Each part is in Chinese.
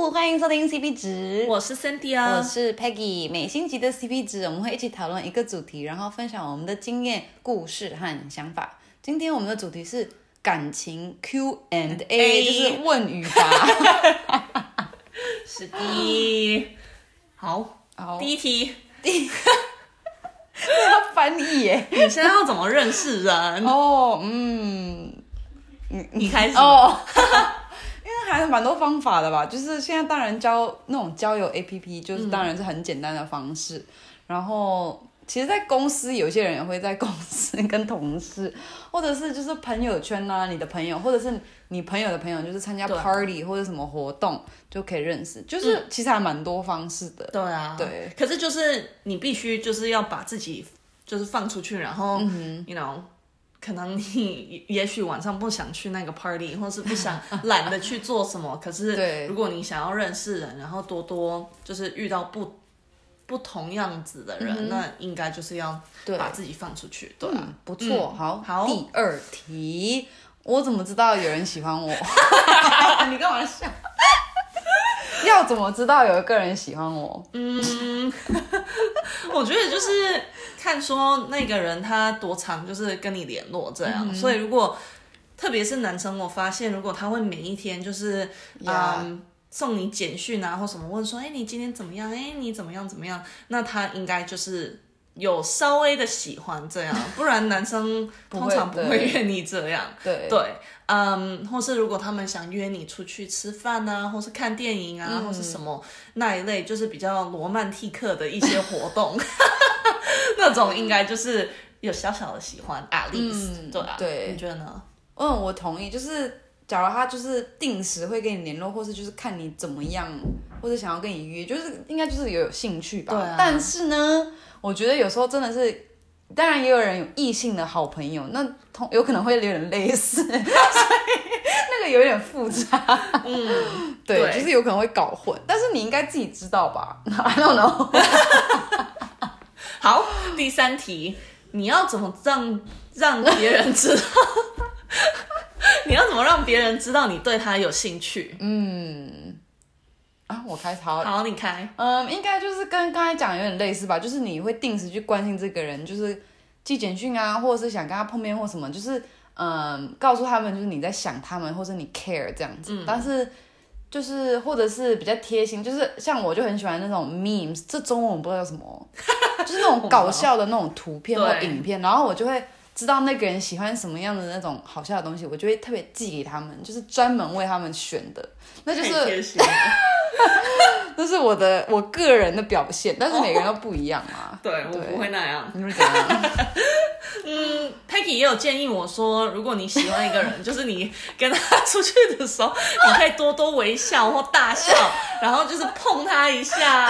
Hello， 欢迎收听 CP 值， 我是 Cindy 啊， 我是 Peggy。每星期的 CP 值，我们会一起讨论一个主题，然后分享我们的经验、故事和想法。今天我们的主题是感情 Q&A， 就是问与答。 是的。好，第一题， 要翻译耶。 你现在要怎么认识人？你开始哦。因为还有蛮多方法的吧，就是现在当然那种交友 APP， 就是当然是很简单的方式。然后其实，在公司有些人也会在公司跟同事，或者是就是朋友圈啊，你的朋友，或者是你朋友的朋友，就是参加 party 或者什么活动就可以认识，就是其实还蛮多方式的。 对啊，对。可是就是你必须就是要把自己就是放出去，然后you know。可能你也许晚上不想去那个 party， 或是不想懒得去做什么，可是如果你想要认识人，然后多就是遇到不同样子的人，那应该就是要把自己放出去。对啊， 不错，好。第二题，我怎么知道有人喜欢我？你干嘛笑？要怎么知道有一个人喜欢我？ 我觉得就是看说那个人他多长就是跟你联络这样，所以如果特别是男生，我发现如果他会每一天就是送你简讯啊或什么，问说你今天怎么样？你怎么样？那他应该就是有稍微的喜欢这样，不然男生通常不会约你这样。对，或是如果他们想约你出去吃饭啊，或是看电影啊，或是什么那一类，就是比较罗曼蒂克的一些活动，那种应该就是有小小的喜欢 at least。对啊，你觉得呢？ 我同意，就是假如他就是定时会跟你联络，或是就是看你怎么样，或者想要跟你约，就是应该就是有兴趣吧。对啊。但是呢，我觉得有时候真的是，当然也有人有异性的好朋友，那有可能会有点类似，所以那个有点复杂。对，就是有可能会搞混，但是你应该自己知道吧？I don't know。 好，第三题，你要怎么让别人知道？你要怎么让别人知道你对他有兴趣？ 我开始好， 你开。 应该就是跟刚才讲的有点类似吧，就是你会定时去关心这个人，就是寄简讯啊，或者是想跟他碰面或什么，就是告诉他们就是你在想他们，或者你 care 这样子。但是就是或者是比较贴心，就是像我就很喜欢那种 memes， 这中文我不知道叫什么，就是那种搞笑的那种图片或影片，然后我就会知道那个人喜欢什么样的那种好笑的东西，我就会特别寄给他们，就是专门为他们选的，那就是这是我个人的表现，但是每个人都不一样嘛。 对，我不会那样。 你是怎样 ？Peggy 也有建议我说，如果你喜欢一个人，就是你跟他出去的时候，你可以多多微笑或大笑，然后就是碰他一下，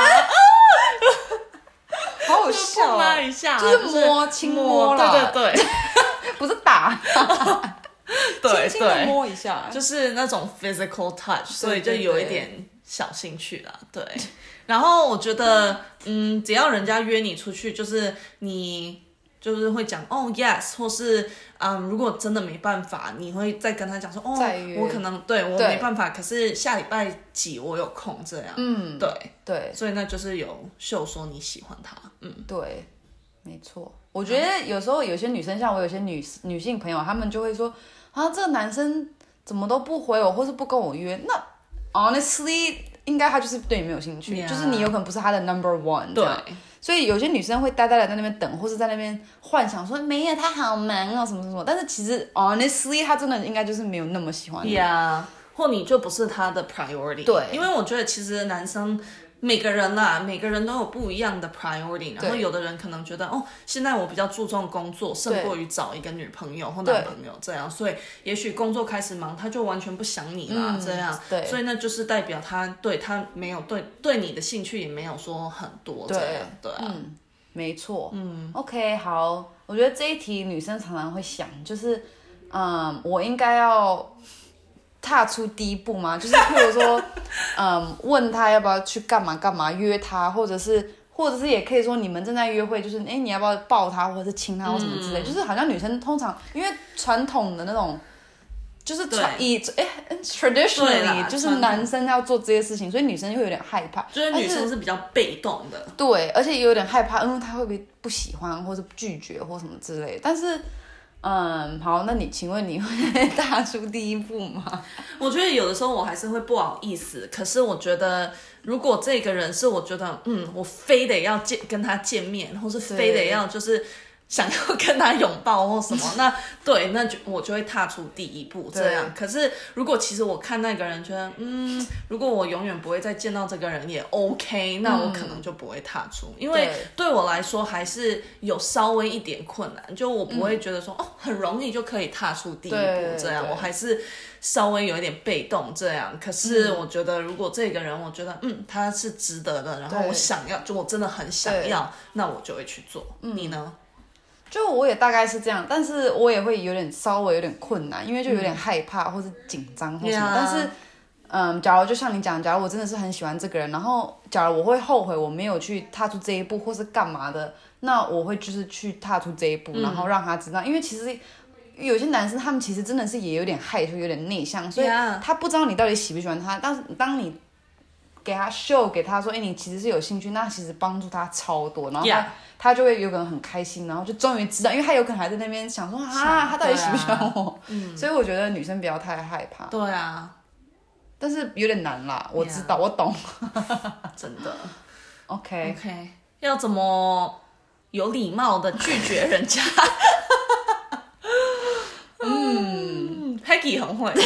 好好笑， 碰他一下， 就是轻摸啦， 对， 不是打。 对， 轻轻的摸一下， 就是那种 physical touch， 所以就有一点小兴趣啦。对，然后我觉得，只要人家约你出去，就是你就是会讲yes， 或是如果真的没办法，你会再跟他讲说我可能我没办法，可是下礼拜几我有空这样。对，所以那就是有秀说你喜欢他。 对，没错。我觉得有时候有些女生，像我有些女性朋友，她们就会说这个男生怎么都不回我，或是不跟我约。那 honestly， 应该他就是对你没有兴趣，就是你有可能不是他的 number one。对，所以有些女生会呆呆的在那边等，或是在那边幻想说没有他好忙哦什么什么，但是其实 honestly 他真的应该就是没有那么喜欢你。 或你就不是他的 priority。对，因为我觉得其实男生。每个人都有不一样的 priority， 然后有的人可能觉得现在我比较注重工作，胜过于找一个女朋友或男朋友这样，所以也许工作开始忙，他就完全不想你啦，这样，所以那就是代表他没有对你的兴趣也没有说很多这样，对啊， 没错，OK， 好，我觉得这一题女生常常会想，就是我应该要踏出第一步吗？就是譬如说，问他要不要去干嘛，约他，或者是也可以说你们正在约会，就是你要不要抱他，或者是亲他或什么之类，就是好像女生通常因为传统的那种。 就是对 traditionally 就是传统男生要做这些事情，所以女生会有点害怕。 就是女生是比较被动的。 对，而且也有点害怕，因为他会不会不喜欢，或是拒绝，或什么之类的。但是，好，那请问你会踏出第一步吗？ 我觉得有的时候我还是会不好意思，可是我觉得如果这个人是我觉得，我非得要跟他见面，或是非得要就是想要跟他拥抱或什么，那我就会踏出第一步这样。可是如果其实我看那个人觉得，如果我永远不会再见到这个人也 OK， 那我可能就不会踏出，因为对我来说还是有稍微一点困难，就我不会觉得说，很容易就可以踏出第一步这样，我还是稍微有一点被动这样。可是我觉得如果这个人我觉得他是值得的，然后我想要，就我真的很想要，那我就会去做。你呢？ 就我也大概是这样，但是我也会稍微有点困难，因为就有点害怕或是紧张或什么。但是，假如就像你讲，假如我真的是很喜欢这个人，然后假如我会后悔我没有去踏出这一步，或是干嘛的，那我会就是去踏出这一步，然后让他知道，因为其实有些男生他们其实真的是也有点害羞，有点内向，所以他不知道你到底喜不喜欢他。但是当你给他给他说，你其实是有兴趣，那其实帮助他超多，然后他就会有可能很开心，然后就终于知道，因为他有可能还在那边想说他到底喜不喜欢我，所以我觉得女生不要太害怕。 对啊， 但是有点难啦，我知道，我懂， 真的。 OK， 要怎么有礼貌的拒绝人家？Peggy 很会。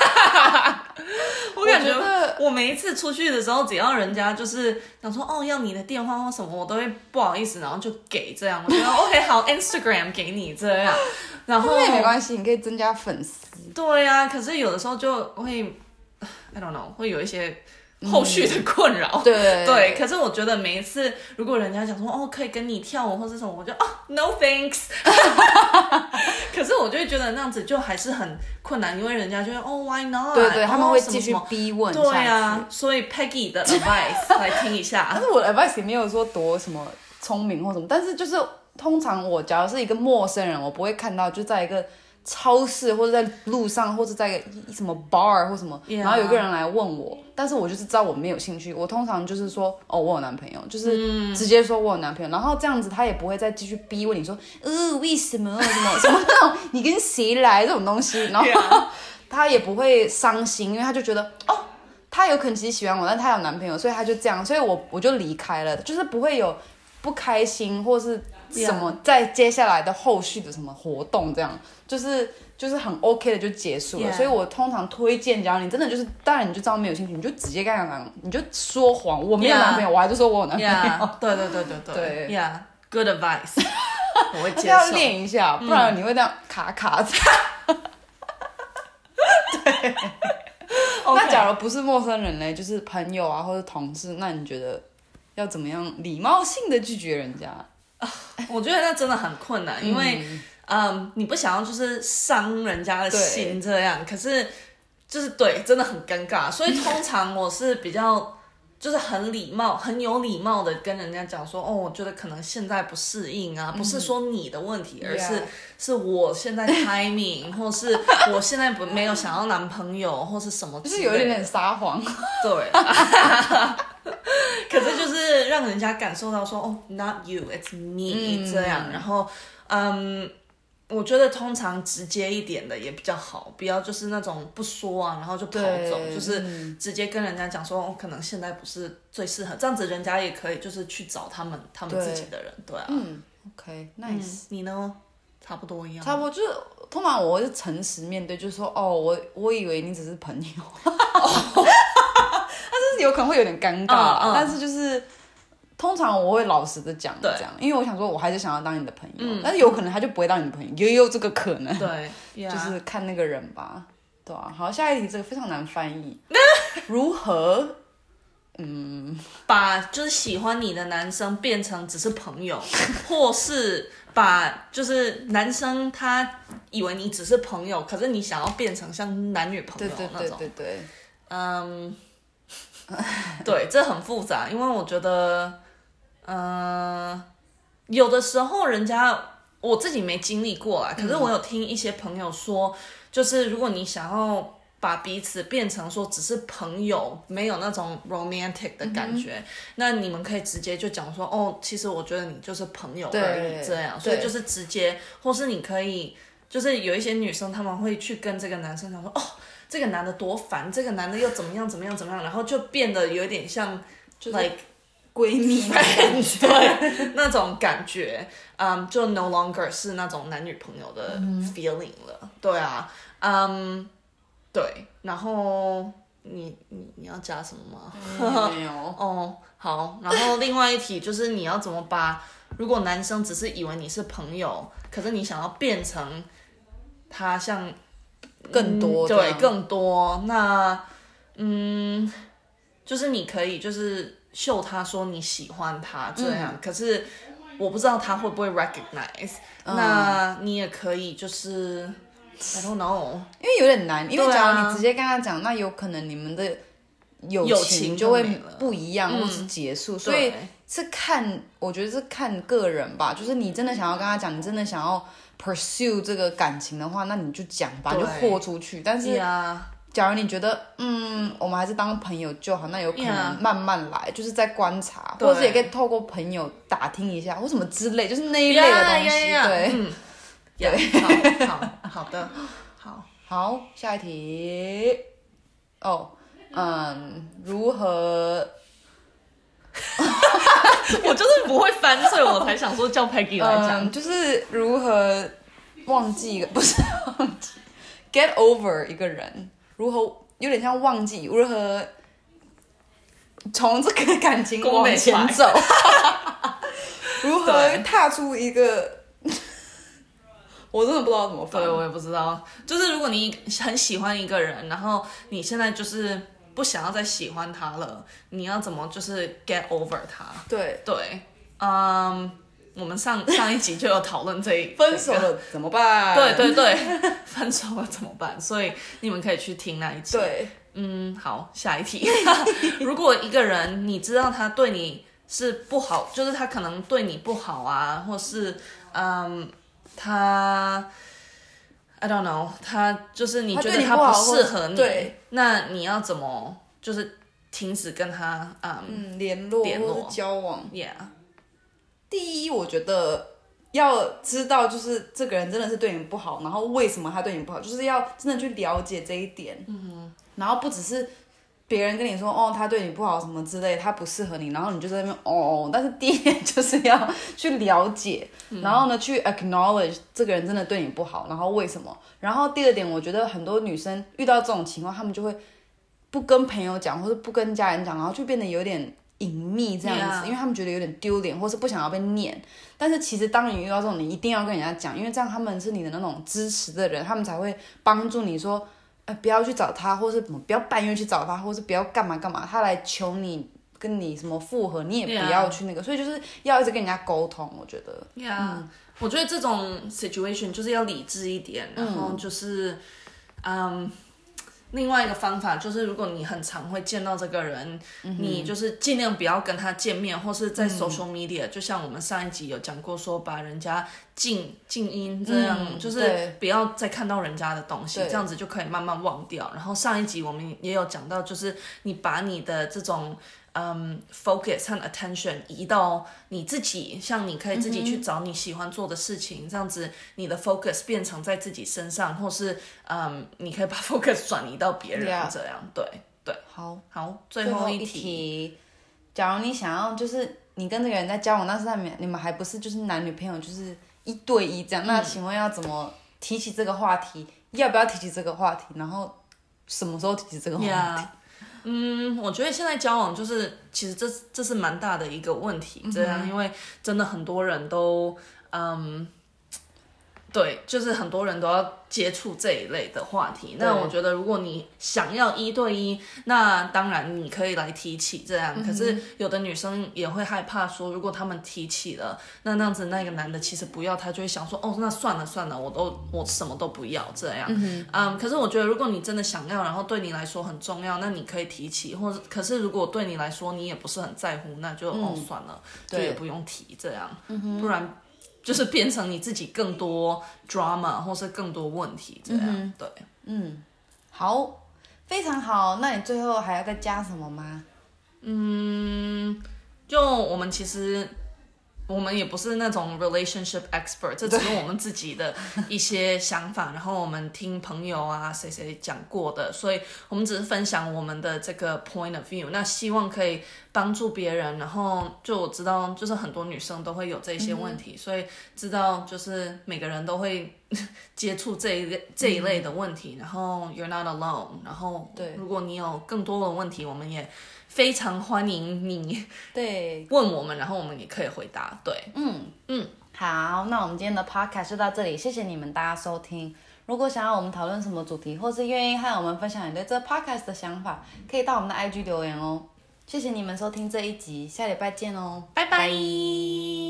我感觉我每一次出去的时候，只要人家就是想说要你的电话或什么，我都会不好意思，然后就给这样。我觉得 OK 好 ，Instagram 给你这样，然后那也没关系，你可以增加粉丝。 对啊，可是有的时候就会 I don't know 会有一些后续的困扰。对，可是我觉得每一次如果人家讲说可以跟你跳舞或是什么，我就no thanks 可是我就会觉得那样子就还是很困难，因为人家就会why not， 对，他们会继续逼问下去。 对啊，所以 Peggy 的 advice 来听一下。 但是我的 advice 也没有说多什么聪明或什么，但是就是通常我假如是一个陌生人，我不会看到就在一个超市或者在路上或者在什么 bar 或什么，然后有个人来问我，但是我就是知道我没有兴趣，我通常就是说我有男朋友，就是直接说我有男朋友，然后这样子他也不会再继续逼问你说为什么什么那种你跟谁来这种东西，然后他也不会伤心，因为他就觉得他有可能其实喜欢我，但他有男朋友，所以他就这样，所以我就离开了，就是不会有不开心或是什么在接下来的后续的什么活动，这样就是很 OK 的就结束了。所以我通常推荐，假如你真的就是，当然你就知道没有兴趣，你就直接跟他讲，你就说谎，我没有男朋友，我还是说我有男朋友。 对 ，good advice， 我会接受。 要练一下，不然你会这样卡卡的。对。那假如不是陌生人呢，就是朋友啊或者同事，那你觉得要怎么样礼貌性的拒绝人家？ 我觉得那真的很困难，因为你不想要就是伤人家的心这样，可是就是真的很尴尬，所以通常我是比较就是很礼貌、很有礼貌的跟人家讲说，我觉得可能现在不适应啊，不是说你的问题，而是我现在 timing， 或是我现在没有想要男朋友，或是什么之类的， 就是有一点撒谎。 对。可是就是让人家感受到说not you, it's me，这样，然后我觉得通常直接一点的也比较好，不要就是那种不说啊，然后就跑走，就是直接跟人家讲说可能现在不是最适合，这样子人家也可以就是去找他们自己的人。对啊。 OK nice。 你呢？差不多一样。 差不多就是通常我会是诚实面对，就是说我以为你只是朋友。但是有可能会有点尴尬但是就是通常我会老实的讲这样，因为我想说我还是想要当你的朋友，但是有可能他就不会当你的朋友，也有这个可能。 对， 就是看那个人吧。对啊。好，下一题这个非常难翻译。如何把就是喜欢你的男生变成只是朋友，或是把就是男生他以为你只是朋友，可是你想要变成像男女朋友那种。 对。 对，这很复杂，因为我觉得有的时候人家我自己没经历过啦，可是我有听一些朋友说，就是如果你想要把彼此变成说只是朋友，没有那种 romantic 的感觉，那你们可以直接就讲说，哦，其实我觉得你就是朋友而已这样，所以就是直接，或是你可以，就是有一些女生她们会去跟这个男生讲说，哦，这个男的多烦，这个男的又怎么样怎么样怎么样，然后就变得有点像， 就是 like 闺蜜的感觉， 对，那种感觉，就 no longer 是那种男女朋友的 feeling 了，对啊，对，然后你要加什么吗？ 没有。 哦，好，然后另外一题就是你要怎么把，如果男生只是以为你是朋友，可是你想要变成他像更多对更多，那就是你可以就是秀他说你喜欢他这样，可是我不知道他会不会 recognize，那你也可以就是。I don't know， 因为有点难，因为假如你直接跟他讲，那有可能你们的友情就会不一样，或是结束，所以是看，我觉得是看个人吧。就是你真的想要跟他讲，你真的想要 pursue 这个感情的话，那你就讲吧，就豁出去。但是，假如你觉得，我们还是当朋友就好，那有可能慢慢来，就是在观察，或者也可以透过朋友打听一下，或什么之类，就是那一类的东西，对。 对，好的， 好，下一题。如何？ 我就是不会翻，所以我才想说叫 Peggy 来讲， 就是如何忘记一个，不是忘记 ，get over 一个人，如何有点像忘记，如何从这个感情往前走，如何踏出一个。我真的不知道怎么翻。 对，我也不知道。就是如果你很喜欢一个人，然后你现在就是不想要再喜欢他了，你要怎么就是 get over 他？ 对， 我们上一集就有讨论这一分手了怎么办？ 对，分手了怎么办？所以你们可以去听那一集。 对， 好，下一题。如果一个人你知道他对你是不好，就是他可能对你不好啊，或是他 I don't know， 他就是你觉得他不适合你，那你要怎么就是停止跟他联络或是交往 ？Yeah， 第一，我觉得要知道就是这个人真的是对你不好，然后为什么他对你不好，就是要真的去了解这一点。然后不只是别人跟你说他对你不好什么之类，他不适合你，然后你就在那边但是第一点就是要去了解，然后呢去 acknowledge 这个人真的对你不好，然后为什么。然后第二点，我觉得很多女生遇到这种情况，她们就会不跟朋友讲，或者不跟家人讲，然后就变得有点隐秘这样子，因为他们觉得有点丢脸，或是不想要被念。但是其实当你遇到这种，你一定要跟人家讲，因为这样他们是你的那种支持的人，他们才会帮助你说不要去找他，或是不要半夜去找他，或是不要干嘛干嘛，他来求你跟你什么复合，你也不要去那个，所以就是要一直跟人家沟通，我觉得。 我觉得这种 situation 就是要理智一点，然后就是另外一个方法就是，如果你很常会见到这个人，你就是尽量不要跟他见面，或是在 social media，就像我们上一集有讲过，说把人家静音，这样就是不要再看到人家的东西，这样子就可以慢慢忘掉。然后上一集我们也有讲到，就是你把你的这种focus 和 attention 移到你自己，像你可以自己去找你喜欢做的事情，这样子你的 focus 变成在自己身上，或是你可以把 focus 转移到别人，这样对。好，最后一题， 假如你想要就是你跟这个人在交往，但是你们还不是就是男女朋友，就是1对1这样，那请问要怎么提起这个话题？要不要提起这个话题？然后什么时候提起这个话题？ 我觉得现在交往就是其实这是蛮大的一个问题，这样，因为真的很多人都对，就是很多人都要接触这一类的话题。那我觉得，如果你想要1对1，那当然你可以来提起这样。可是有的女生也会害怕说，如果他们提起了，那样子那个男的其实不要，他就会想说，那算了，我什么都不要这样。可是我觉得，如果你真的想要，然后对你来说很重要，那你可以提起。可是如果对你来说你也不是很在乎，那就算了，就也不用提这样。不然就是变成你自己更多 drama 或是更多问题这样。对， 好，非常好。那你最后还要再加什么吗？ 就我们其实我们也不是那种 relationship expert， 这只是我们自己的一些想法，然后我们听朋友啊谁谁讲过的，所以我们只是分享我们的这个 point of view， 那希望可以帮助别人。然后就我知道，就是很多女生都会有这些问题，所以知道就是每个人都会接触这一类的问题，然后 you're not alone。然后如果你有更多的问题，我们也非常欢迎你问我们，然后我们也可以回答。对， 好，那我们今天的 podcast 就到这里，谢谢你们大家收听。如果想要我们讨论什么主题，或是愿意和我们分享你对这 podcast 的想法，可以到我们的 IG 留言哦。谢谢你们收听这一集，下礼拜见哦， 拜拜。